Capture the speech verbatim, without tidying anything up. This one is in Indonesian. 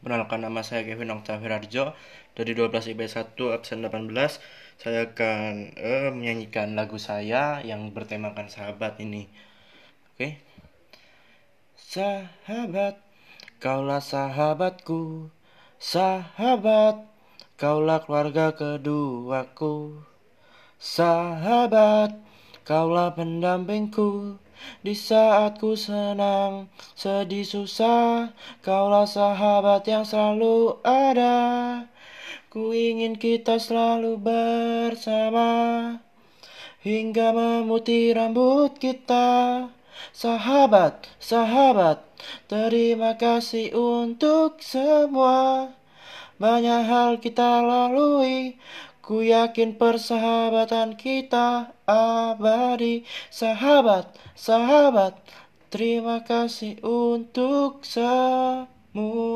Perkenalkan, nama saya Kevin Octavio Harjo dari dua belas I P S satu absen delapan belas. Saya akan eh, menyanyikan lagu saya yang bertemakan sahabat ini. Oke. Sahabat, kaulah sahabatku. Sahabat, kaulah keluarga keduaku. Sahabat, kaulah pendampingku di saat ku senang, sedih, susah. Kaulah sahabat yang selalu ada. Ku ingin kita selalu bersama hingga memutih rambut kita. Sahabat, sahabat, terima kasih untuk semua. Banyak hal kita lalui, ku yakin persahabatan kita abadi. Sahabat, sahabat, terima kasih untuk semua.